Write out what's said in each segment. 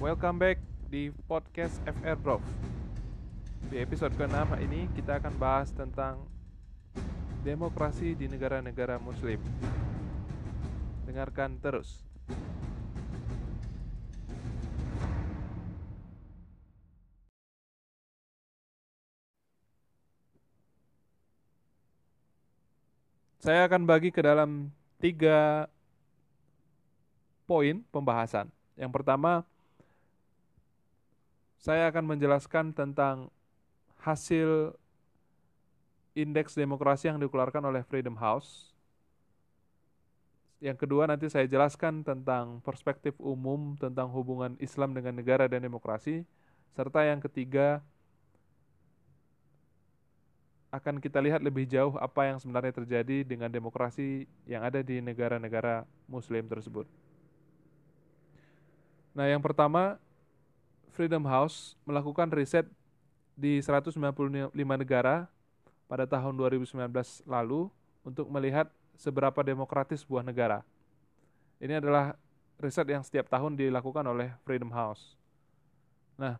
Welcome back di podcast FR Prof. Di episode ke-6 ini kita akan bahas tentang demokrasi di negara-negara muslim. Dengarkan terus. Saya akan bagi ke dalam 3 poin pembahasan. Yang pertama, saya akan menjelaskan tentang hasil indeks demokrasi yang dikeluarkan oleh Freedom House. Yang kedua, nanti saya jelaskan tentang perspektif umum tentang hubungan Islam dengan negara dan demokrasi. Serta yang ketiga, akan kita lihat lebih jauh apa yang sebenarnya terjadi dengan demokrasi yang ada di negara-negara muslim tersebut. Nah, yang pertama, Freedom House melakukan riset di 195 negara pada tahun 2019 lalu untuk melihat seberapa demokratis sebuah negara. Ini adalah riset yang setiap tahun dilakukan oleh Freedom House. Nah,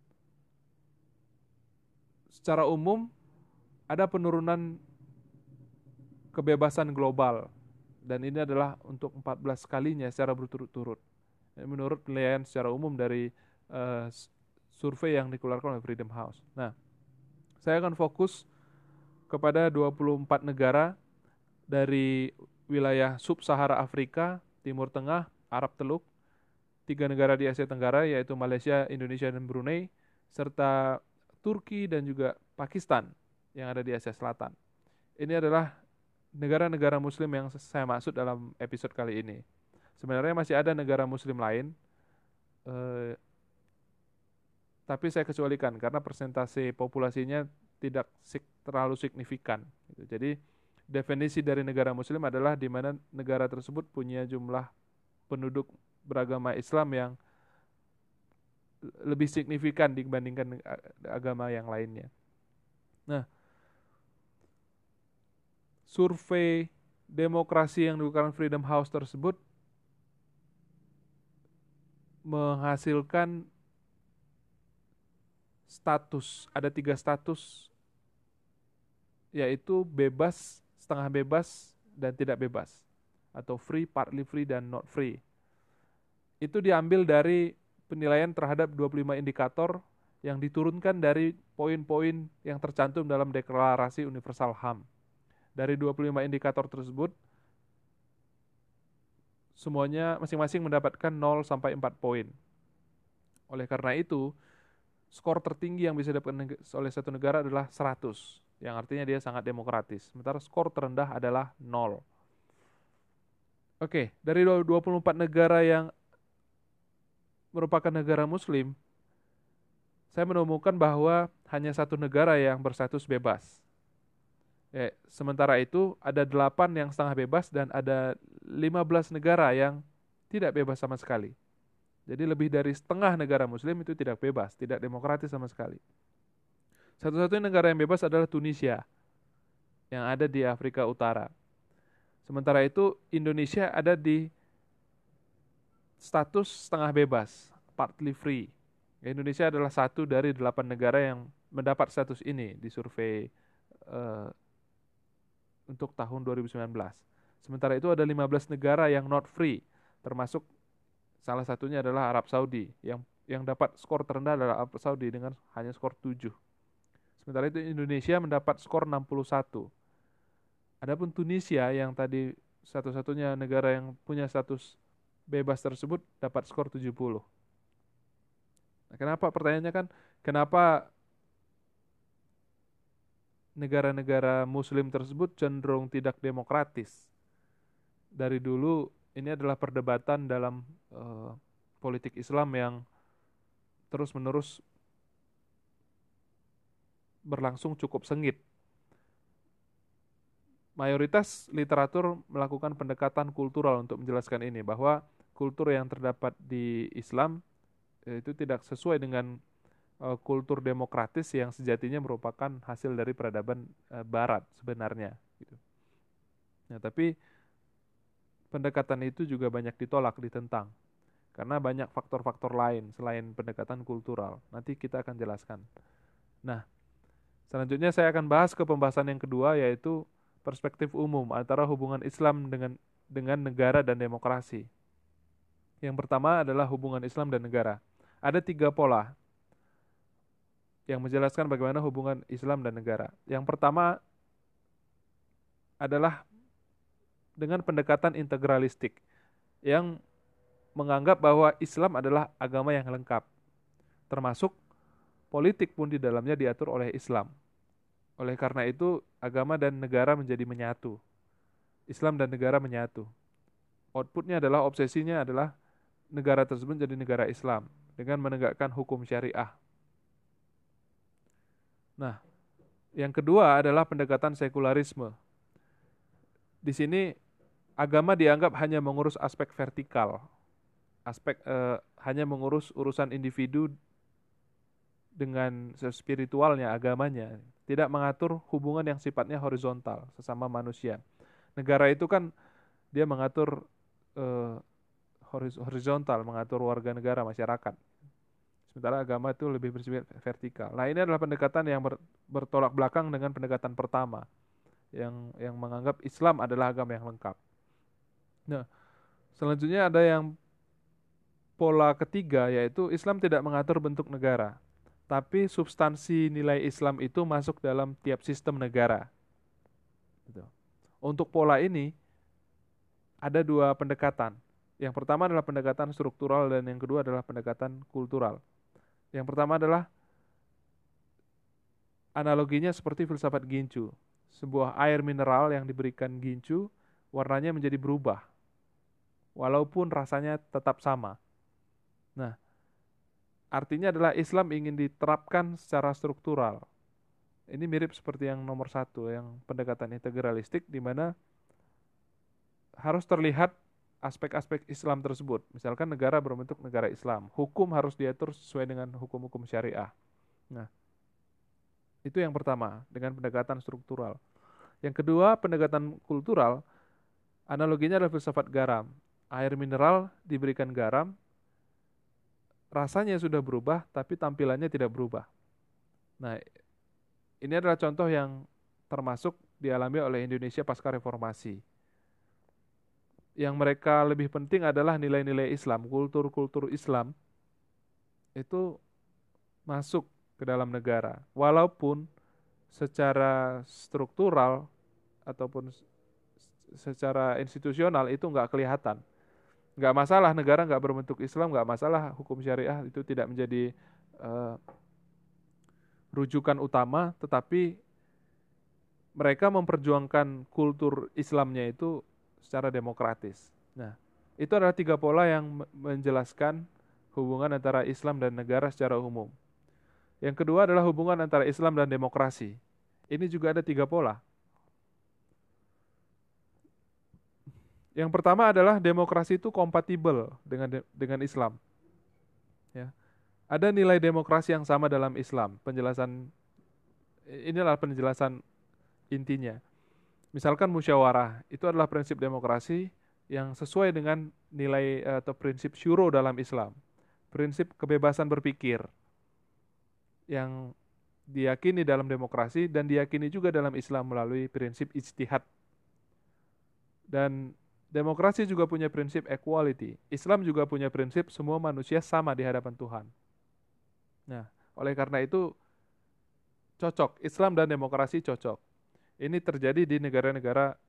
secara umum ada penurunan kebebasan global dan ini adalah untuk 14 kalinya secara berturut-turut. Menurut penilaian secara umum dari uh, survei yang dikeluarkan oleh Freedom House. Nah, saya akan fokus kepada 24 negara dari wilayah Sub-Sahara Afrika, Timur Tengah, Arab Teluk, 3 negara di Asia Tenggara yaitu Malaysia, Indonesia, dan Brunei, serta Turki dan juga Pakistan yang ada di Asia Selatan. Ini adalah negara-negara muslim yang saya maksud dalam episode kali ini. Sebenarnya masih ada negara muslim lain, tapi saya kecualikan karena persentase populasinya tidak terlalu signifikan. Jadi definisi dari negara muslim adalah di mana negara tersebut punya jumlah penduduk beragama Islam yang lebih signifikan dibandingkan agama yang lainnya. Nah, survei demokrasi yang dilakukan Freedom House tersebut menghasilkan status, ada 3 status, yaitu bebas, setengah bebas, dan tidak bebas, atau free, partly free, dan not free. Itu diambil dari penilaian terhadap 25 indikator yang diturunkan dari poin-poin yang tercantum dalam Deklarasi Universal HAM. Dari 25 indikator tersebut, semuanya masing-masing mendapatkan 0 sampai 4 poin. Oleh karena itu, skor tertinggi yang bisa didapatkan oleh satu negara adalah 100, yang artinya dia sangat demokratis. Sementara skor terendah adalah 0. Oke, dari 24 negara yang merupakan negara muslim, saya menemukan bahwa hanya satu negara yang berstatus bebas. Sementara itu ada 8 yang setengah bebas dan ada 15 negara yang tidak bebas sama sekali. Jadi lebih dari setengah negara muslim itu tidak bebas, tidak demokratis sama sekali. Satu-satunya negara yang bebas adalah Tunisia, yang ada di Afrika Utara. Sementara itu Indonesia ada di status setengah bebas, partly free. Indonesia adalah satu dari 8 negara yang mendapat status ini di survei untuk tahun 2019. Sementara itu ada 15 negara yang not free, termasuk salah satunya adalah Arab Saudi, yang dapat skor terendah adalah Arab Saudi dengan hanya skor 7. Sementara itu Indonesia mendapat skor 61. Adapun Tunisia yang tadi satu-satunya negara yang punya status bebas tersebut dapat skor 70. Nah, kenapa pertanyaannya kan kenapa negara-negara muslim tersebut cenderung tidak demokratis? Dari dulu ini adalah perdebatan dalam politik Islam yang terus-menerus berlangsung cukup sengit. Mayoritas literatur melakukan pendekatan kultural untuk menjelaskan ini, bahwa kultur yang terdapat di Islam itu tidak sesuai dengan kultur demokratis yang sejatinya merupakan hasil dari peradaban Barat sebenarnya. Gitu. Nah, tapi pendekatan itu juga banyak ditolak, ditentang. karena banyak faktor-faktor lain selain pendekatan kultural. Nanti kita akan jelaskan. Nah, selanjutnya saya akan bahas ke pembahasan yang kedua, yaitu perspektif umum antara hubungan Islam dengan negara dan demokrasi. Yang pertama adalah hubungan Islam dan negara. Ada 3 pola yang menjelaskan bagaimana hubungan Islam dan negara. Yang pertama adalah dengan pendekatan integralistik yang menganggap bahwa Islam adalah agama yang lengkap, termasuk politik pun di dalamnya diatur oleh Islam. Oleh karena itu, agama dan negara menjadi menyatu. Islam dan negara menyatu. Outputnya adalah obsesinya adalah negara tersebut jadi negara Islam dengan menegakkan hukum syariah. Nah, yang kedua adalah pendekatan sekularisme. Di sini agama dianggap hanya mengurus aspek vertikal, hanya mengurus urusan individu dengan spiritualnya, agamanya, tidak mengatur hubungan yang sifatnya horizontal sesama manusia. Negara itu kan dia mengatur horizontal, mengatur warga negara, masyarakat. Sementara agama itu lebih bersifat vertikal. Nah, ini adalah pendekatan yang bertolak belakang dengan pendekatan pertama, yang menganggap Islam adalah agama yang lengkap. Nah, selanjutnya ada yang pola ketiga, yaitu Islam tidak mengatur bentuk negara, tapi substansi nilai Islam itu masuk dalam tiap sistem negara. Gitu. Untuk pola ini ada 2 pendekatan. Yang pertama adalah pendekatan struktural dan yang kedua adalah pendekatan kultural. Yang pertama adalah analoginya seperti filsafat gincu. Sebuah air mineral yang diberikan gincu, warnanya menjadi berubah, walaupun rasanya tetap sama. Nah, artinya adalah Islam ingin diterapkan secara struktural. Ini mirip seperti yang nomor 1, yang pendekatan integralistik, di mana harus terlihat aspek-aspek Islam tersebut. Misalkan negara berbentuk negara Islam, hukum harus diatur sesuai dengan hukum-hukum syariah. Nah, itu yang pertama, dengan pendekatan struktural. Yang kedua, pendekatan kultural, analoginya adalah filsafat garam. Air mineral diberikan garam, rasanya sudah berubah, tapi tampilannya tidak berubah. Nah, ini adalah contoh yang termasuk dialami oleh Indonesia pasca reformasi. Yang mereka lebih penting adalah nilai-nilai Islam, kultur-kultur Islam itu masuk ke dalam negara. Walaupun secara struktural ataupun secara institusional itu nggak kelihatan. Nggak masalah negara nggak berbentuk Islam, nggak masalah hukum syariah itu tidak menjadi rujukan utama, tetapi mereka memperjuangkan kultur Islamnya itu secara demokratis. Nah, itu adalah 3 pola yang menjelaskan hubungan antara Islam dan negara secara umum. Yang kedua adalah hubungan antara Islam dan demokrasi. Ini juga ada 3 pola. Yang pertama adalah demokrasi itu kompatibel dengan Islam. Ya. Ada nilai demokrasi yang sama dalam Islam. Inilah penjelasan intinya. Misalkan musyawarah, itu adalah prinsip demokrasi yang sesuai dengan nilai atau prinsip syuro dalam Islam. Prinsip kebebasan berpikir yang diyakini dalam demokrasi dan diyakini juga dalam Islam melalui prinsip ijtihad. Dan demokrasi juga punya prinsip equality. Islam juga punya prinsip semua manusia sama di hadapan Tuhan. Nah, oleh karena itu cocok, Islam dan demokrasi cocok. Ini terjadi di negara-negara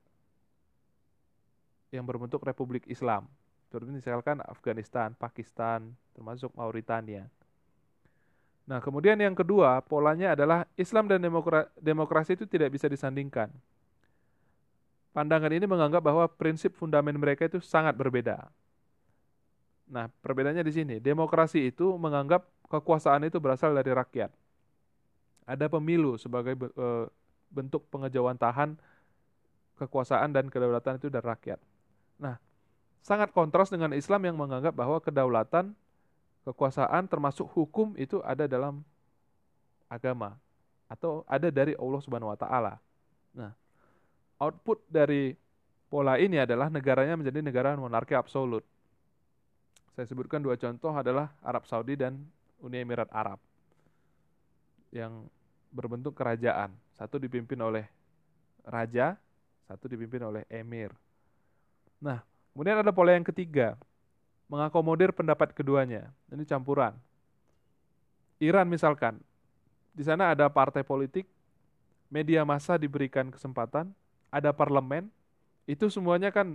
yang berbentuk Republik Islam. Seperti misalkan Afghanistan, Pakistan, termasuk Mauritania. Nah, kemudian yang kedua, polanya adalah Islam dan demokrasi itu tidak bisa disandingkan. Pandangan ini menganggap bahwa prinsip fundamen mereka itu sangat berbeda. Nah, perbedaannya di sini. Demokrasi itu menganggap kekuasaan itu berasal dari rakyat. Ada pemilu sebagai bentuk pengejawantahan kekuasaan dan kedaulatan itu dari rakyat. Nah, sangat kontras dengan Islam yang menganggap bahwa kedaulatan, kekuasaan termasuk hukum itu ada dalam agama atau ada dari Allah Subhanahu wa taala. Nah, output dari pola ini adalah negaranya menjadi negara monarki absolut. Saya sebutkan dua contoh adalah Arab Saudi dan Uni Emirat Arab yang berbentuk kerajaan. Satu dipimpin oleh raja, satu dipimpin oleh emir. Nah, kemudian ada pola yang ketiga, mengakomodir pendapat keduanya. Ini campuran. Iran misalkan, di sana ada partai politik, media massa diberikan kesempatan, ada parlemen, itu semuanya kan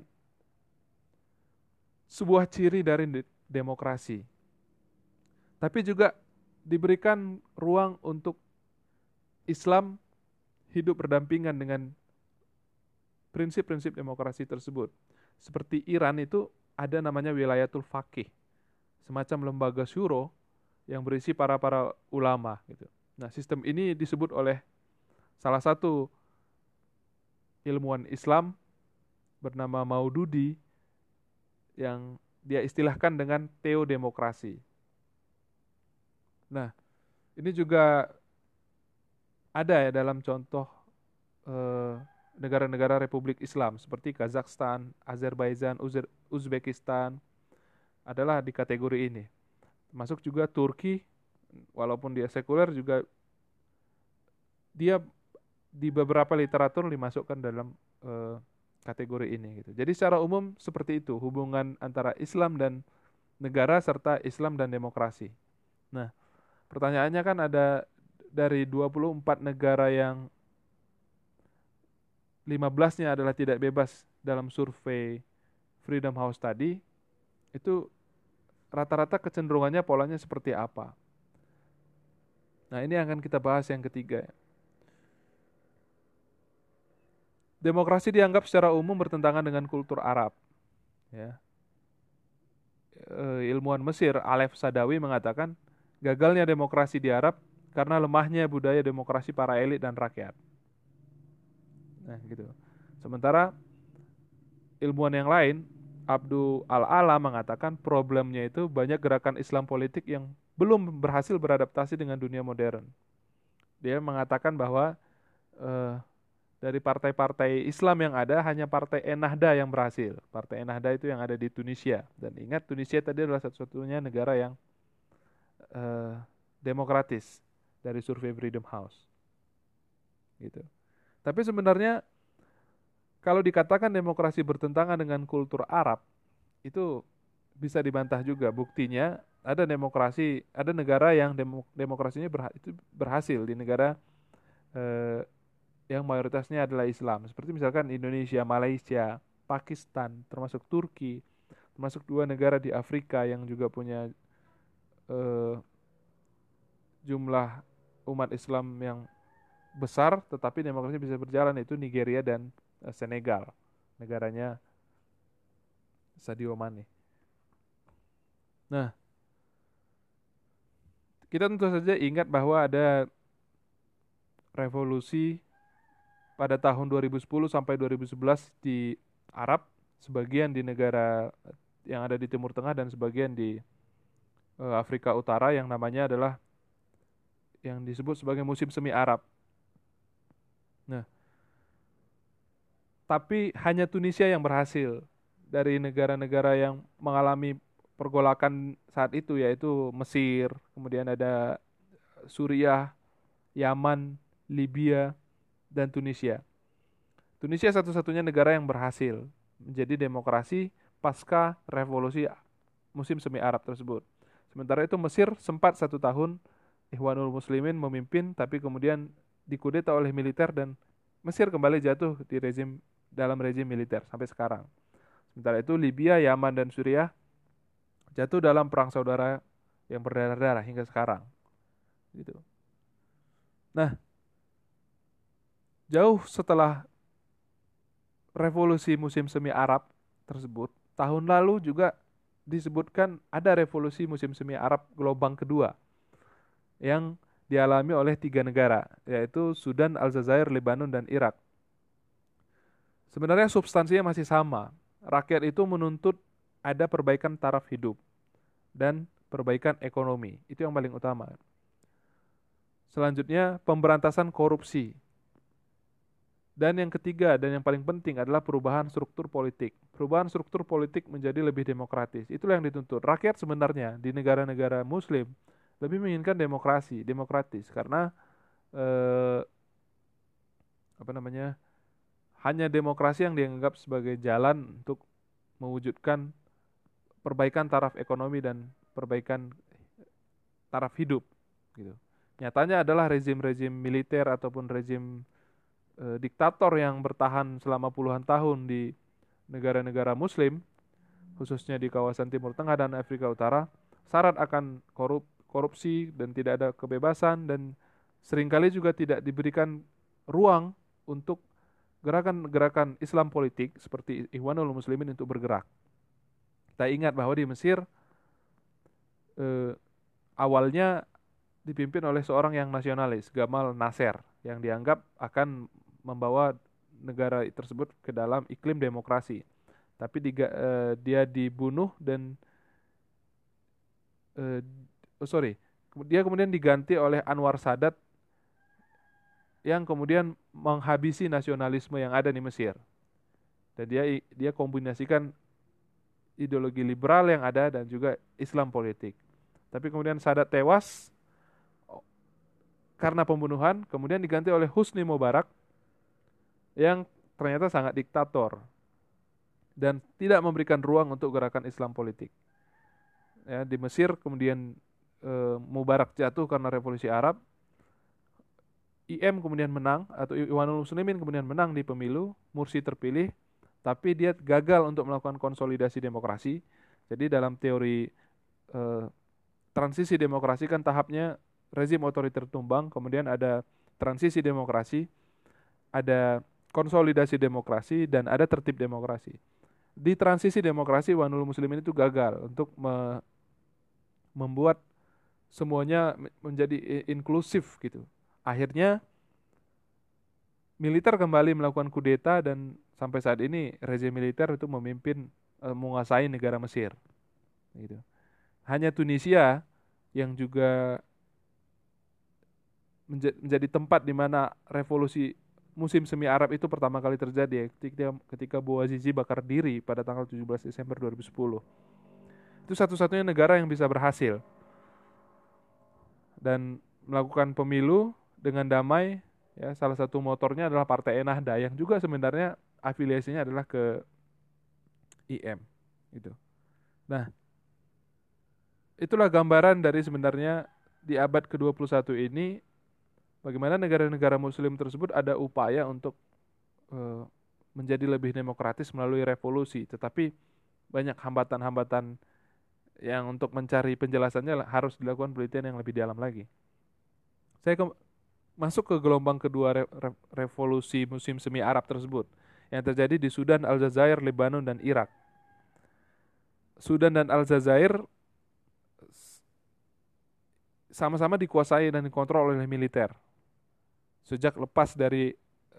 sebuah ciri dari demokrasi. Tapi juga diberikan ruang untuk Islam hidup berdampingan dengan prinsip-prinsip demokrasi tersebut. Seperti Iran itu ada namanya wilayatul faqih, semacam lembaga syuro yang berisi para ulama gitu. Nah, sistem ini disebut oleh salah satu ilmuwan Islam bernama Maududi yang dia istilahkan dengan teodemokrasi. Nah, ini juga ada ya dalam contoh negara-negara Republik Islam seperti Kazakhstan, Azerbaijan, Uzbekistan adalah di kategori ini. Termasuk juga Turki, walaupun dia sekuler juga dia di beberapa literatur dimasukkan dalam kategori ini gitu. Jadi secara umum seperti itu hubungan antara Islam dan negara serta Islam dan demokrasi. Nah, pertanyaannya kan ada dari 24 negara yang 15-nya adalah tidak bebas dalam survei Freedom House tadi, itu rata-rata kecenderungannya polanya seperti apa? Nah, ini akan kita bahas yang ketiga. Demokrasi dianggap secara umum bertentangan dengan kultur Arab. Ya. Ilmuwan Mesir Alef Sadawi mengatakan gagalnya demokrasi di Arab karena lemahnya budaya demokrasi para elit dan rakyat. Nah, gitu. Sementara ilmuwan yang lain, Abdul Al-Ala mengatakan problemnya itu banyak gerakan Islam politik yang belum berhasil beradaptasi dengan dunia modern. Dia mengatakan bahwa dari partai-partai Islam yang ada, hanya partai Ennahda yang berhasil. Partai Ennahda itu yang ada di Tunisia. Dan ingat, Tunisia tadi adalah satu-satunya negara yang demokratis dari survei Freedom House. Gitu. Tapi sebenarnya kalau dikatakan demokrasi bertentangan dengan kultur Arab, itu bisa dibantah juga. Buktinya ada demokrasi, ada negara yang demokrasinya itu berhasil di negara yang mayoritasnya adalah Islam. Seperti misalkan Indonesia, Malaysia, Pakistan, termasuk Turki, termasuk dua negara di Afrika yang juga punya jumlah umat Islam yang besar, tetapi demokrasi bisa berjalan, itu Nigeria dan Senegal, negaranya Sadio Mane. Nah, kita tentu saja ingat bahwa ada revolusi pada tahun 2010 sampai 2011 di Arab, sebagian di negara yang ada di Timur Tengah dan sebagian di Afrika Utara yang namanya adalah yang disebut sebagai musim semi Arab. Nah, tapi hanya Tunisia yang berhasil dari negara-negara yang mengalami pergolakan saat itu, yaitu Mesir, kemudian ada Suriah, Yaman, Libya, dan Tunisia. Tunisia satu-satunya negara yang berhasil menjadi demokrasi pasca revolusi musim semi Arab tersebut. Sementara itu Mesir sempat 1 tahun Ikhwanul Muslimin memimpin, tapi kemudian dikudeta oleh militer dan Mesir kembali jatuh dalam rezim militer sampai sekarang. Sementara itu Libya, Yaman, dan Suriah jatuh dalam perang saudara yang berdarah-darah hingga sekarang. Gitu. Nah, jauh setelah revolusi musim semi Arab tersebut, tahun lalu juga disebutkan ada revolusi musim semi Arab gelombang kedua yang dialami oleh 3 negara, yaitu Sudan, Aljazair, Lebanon, dan Irak. Sebenarnya substansinya masih sama. Rakyat itu menuntut ada perbaikan taraf hidup dan perbaikan ekonomi. Itu yang paling utama. Selanjutnya, pemberantasan korupsi. Dan yang ketiga dan yang paling penting adalah perubahan struktur politik. Perubahan struktur politik menjadi lebih demokratis. Itulah yang dituntut. Rakyat sebenarnya di negara-negara Muslim lebih menginginkan demokrasi, demokratis, karena eh, apa namanya? Hanya demokrasi yang dianggap sebagai jalan untuk mewujudkan perbaikan taraf ekonomi dan perbaikan taraf hidup, gitu. Nyatanya adalah rezim-rezim militer ataupun rezim diktator yang bertahan selama puluhan tahun di negara-negara Muslim, khususnya di kawasan Timur Tengah dan Afrika Utara, syarat akan korupsi dan tidak ada kebebasan, dan seringkali juga tidak diberikan ruang untuk gerakan-gerakan Islam politik seperti Ikhwanul Muslimin untuk bergerak. Kita ingat bahwa di Mesir eh, awalnya dipimpin oleh seorang yang nasionalis, Gamal Nasser, yang dianggap akan membawa negara tersebut ke dalam iklim demokrasi. Tapi dia dibunuh dan eh, dia kemudian diganti oleh Anwar Sadat yang kemudian menghabisi nasionalisme yang ada di Mesir. Dan dia kombinasikan ideologi liberal yang ada dan juga Islam politik. Tapi kemudian Sadat tewas karena pembunuhan, kemudian diganti oleh Husni Mubarak yang ternyata sangat diktator dan tidak memberikan ruang untuk gerakan Islam politik. Ya, di Mesir kemudian Mubarak jatuh karena revolusi Arab. IM kemudian menang, atau Ikhwanul Muslimin kemudian menang di pemilu, Mursi terpilih, tapi dia gagal untuk melakukan konsolidasi demokrasi. Jadi dalam teori transisi demokrasi kan tahapnya rezim otoriter tumbang, kemudian ada transisi demokrasi, ada konsolidasi demokrasi, dan ada tertib demokrasi. Di transisi demokrasi, Ikhwanul Muslimin itu gagal untuk membuat semuanya menjadi inklusif gitu. Akhirnya militer kembali melakukan kudeta dan sampai saat ini rezim militer itu memimpin menguasai negara Mesir. Gitu. Hanya Tunisia yang juga menjadi tempat di mana revolusi musim semi Arab itu pertama kali terjadi, ketika Bouazizi bakar diri pada tanggal 17 Desember 2010. Itu satu-satunya negara yang bisa berhasil dan melakukan pemilu dengan damai. Ya, salah satu motornya adalah Partai Ennahda yang juga sebenarnya afiliasinya adalah ke IM gitu. Nah, itulah gambaran dari sebenarnya di abad ke-21 ini bagaimana negara-negara muslim tersebut ada upaya untuk menjadi lebih demokratis melalui revolusi, tetapi banyak hambatan-hambatan yang untuk mencari penjelasannya harus dilakukan penelitian yang lebih dalam lagi. Saya masuk ke gelombang kedua revolusi musim semi Arab tersebut yang terjadi di Sudan, Aljazair, Lebanon, dan Irak. Sudan dan Aljazair sama-sama dikuasai dan dikontrol oleh militer. Sejak lepas dari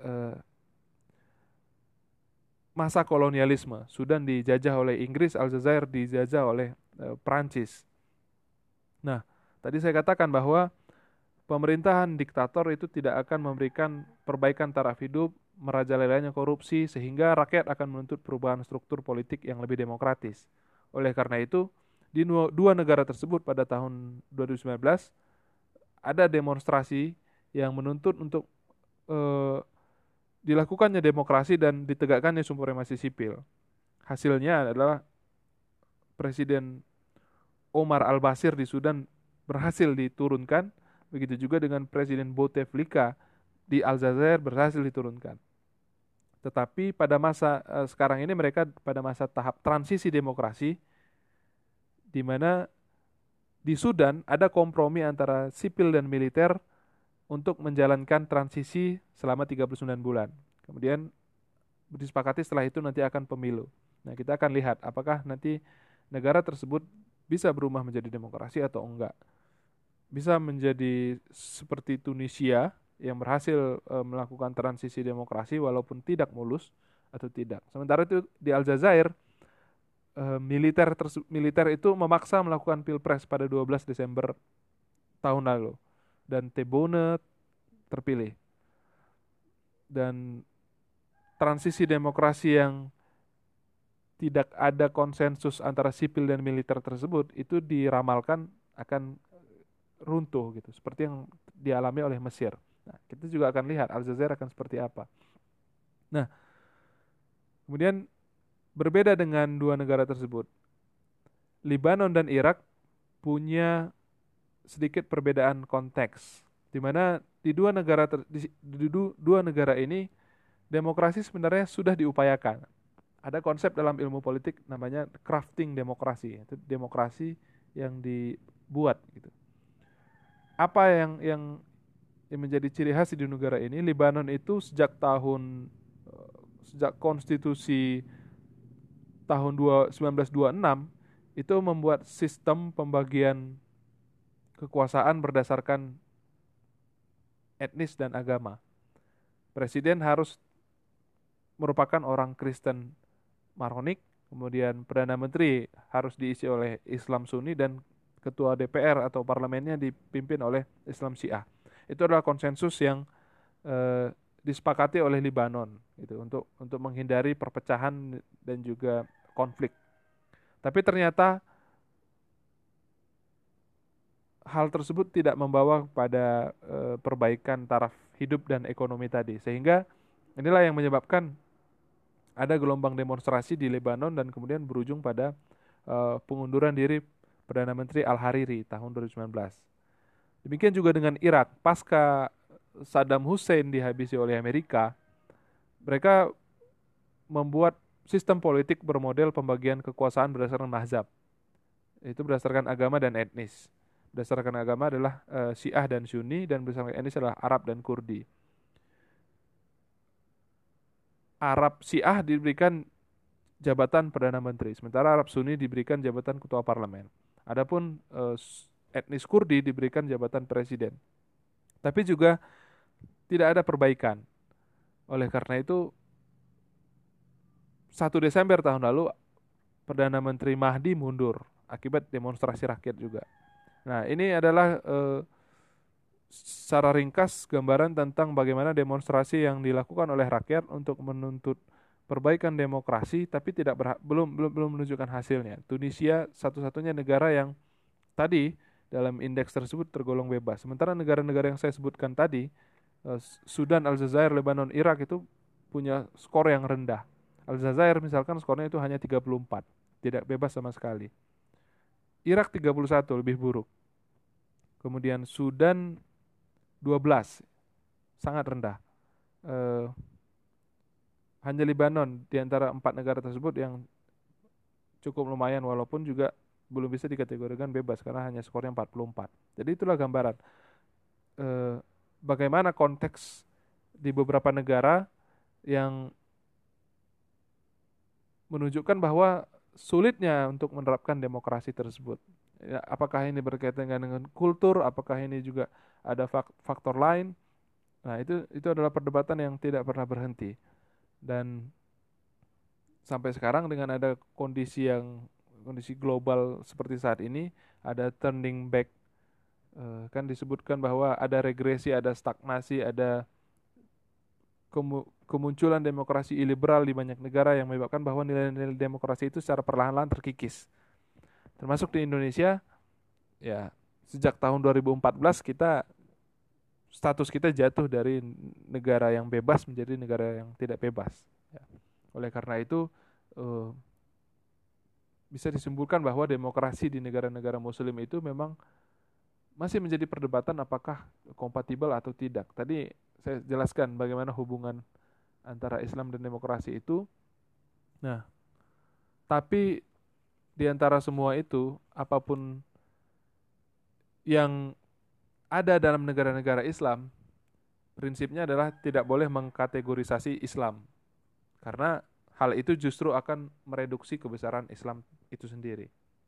masa kolonialisme, Sudan dijajah oleh Inggris, Aljazair dijajah oleh Prancis. Nah, tadi saya katakan bahwa pemerintahan diktator itu tidak akan memberikan perbaikan taraf hidup, merajalelanya korupsi, sehingga rakyat akan menuntut perubahan struktur politik yang lebih demokratis. Oleh karena itu, di dua negara tersebut pada tahun 2019, ada demonstrasi yang menuntut untuk dilakukannya demokrasi dan ditegakkannya supremasi sipil. Hasilnya adalah Presiden Omar al-Bashir di Sudan berhasil diturunkan. Begitu juga dengan Presiden Bouteflika di Aljazair berhasil diturunkan. Tetapi pada masa sekarang ini mereka pada masa tahap transisi demokrasi, di mana di Sudan ada kompromi antara sipil dan militer untuk menjalankan transisi selama 39 bulan. Kemudian disepakati setelah itu nanti akan pemilu. Nah, kita akan lihat apakah nanti negara tersebut bisa berubah menjadi demokrasi atau enggak. Bisa menjadi seperti Tunisia yang berhasil melakukan transisi demokrasi walaupun tidak mulus atau tidak. Sementara itu di Aljazair militer itu memaksa melakukan pilpres pada 12 Desember tahun lalu dan Tebboune terpilih. Dan transisi demokrasi yang tidak ada konsensus antara sipil dan militer tersebut itu diramalkan akan runtuh gitu, seperti yang dialami oleh Mesir. Nah, kita juga akan lihat Aljazair akan seperti apa. Nah, kemudian berbeda dengan dua negara tersebut, Lebanon dan Irak punya sedikit perbedaan konteks, di mana di dua negara ini demokrasi sebenarnya sudah diupayakan. Ada konsep dalam ilmu politik namanya crafting demokrasi, itu demokrasi yang dibuat gitu. Apa yang menjadi ciri khas di negara ini? Lebanon itu sejak konstitusi tahun 1926 itu membuat sistem pembagian kekuasaan berdasarkan etnis dan agama. Presiden harus merupakan orang Kristen Maronik, kemudian Perdana Menteri harus diisi oleh Islam Sunni, dan Ketua DPR atau parlemennya dipimpin oleh Islam Syiah. Itu adalah konsensus yang disepakati oleh Lebanon gitu, untuk menghindari perpecahan dan juga konflik. Tapi ternyata hal tersebut tidak membawa pada perbaikan taraf hidup dan ekonomi tadi, sehingga inilah yang menyebabkan ada gelombang demonstrasi di Lebanon dan kemudian berujung pada pengunduran diri Perdana Menteri Al-Hariri tahun 2019. Demikian juga dengan Irak. Pasca Saddam Hussein dihabisi oleh Amerika, mereka membuat sistem politik bermodel pembagian kekuasaan berdasarkan mazhab. Itu berdasarkan agama dan etnis. Berdasarkan agama adalah Syiah dan Sunni, dan berdasarkan etnis adalah Arab dan Kurdi. Arab Syiah diberikan jabatan Perdana Menteri, sementara Arab Sunni diberikan jabatan Ketua Parlemen. Adapun etnis Kurdi diberikan jabatan Presiden. Tapi juga tidak ada perbaikan. Oleh karena itu, 1 Desember tahun lalu, Perdana Menteri Mahdi mundur akibat demonstrasi rakyat juga. Nah, ini adalah secara ringkas gambaran tentang bagaimana demonstrasi yang dilakukan oleh rakyat untuk menuntut perbaikan demokrasi, tapi belum menunjukkan hasilnya. Tunisia satu-satunya negara yang tadi dalam indeks tersebut tergolong bebas. Sementara negara-negara yang saya sebutkan tadi, Sudan, Aljazair, Lebanon, Irak itu punya skor yang rendah. Aljazair misalkan skornya itu hanya 34, tidak bebas sama sekali. Irak 31, lebih buruk. Kemudian Sudan 12, sangat rendah. Hanya Lebanon di antara 4 negara tersebut yang cukup lumayan, walaupun juga belum bisa dikategorikan bebas karena hanya skornya 44. Jadi itulah gambaran bagaimana konteks di beberapa negara yang menunjukkan bahwa sulitnya untuk menerapkan demokrasi tersebut. Ya, apakah ini berkaitan dengan kultur, apakah ini juga ada faktor lain? Nah, itu adalah perdebatan yang tidak pernah berhenti. Dan sampai sekarang dengan ada kondisi global seperti saat ini, ada turning back, kan disebutkan bahwa ada regresi, ada stagnasi, ada kemunculan demokrasi iliberal di banyak negara yang menyebabkan bahwa nilai-nilai demokrasi itu secara perlahan-lahan terkikis. Termasuk di Indonesia, ya sejak tahun 2014 status kita jatuh dari negara yang bebas menjadi negara yang tidak bebas. Ya. Oleh karena itu, bisa disimpulkan bahwa demokrasi di negara-negara Muslim itu memang masih menjadi perdebatan apakah kompatibel atau tidak. Tadi saya jelaskan bagaimana hubungan antara Islam dan demokrasi itu. Nah, tapi di antara semua itu, apapun yang ada dalam negara-negara Islam, prinsipnya adalah tidak boleh mengkategorisasi Islam. Karena hal itu justru akan mereduksi kebesaran Islam itu sendiri.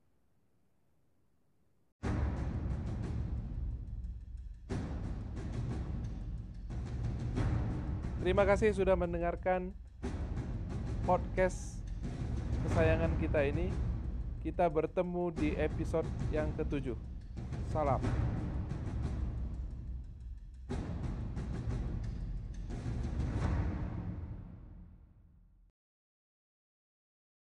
Terima kasih sudah mendengarkan podcast kesayangan kita ini. Kita bertemu di episode yang ke-7. Salam.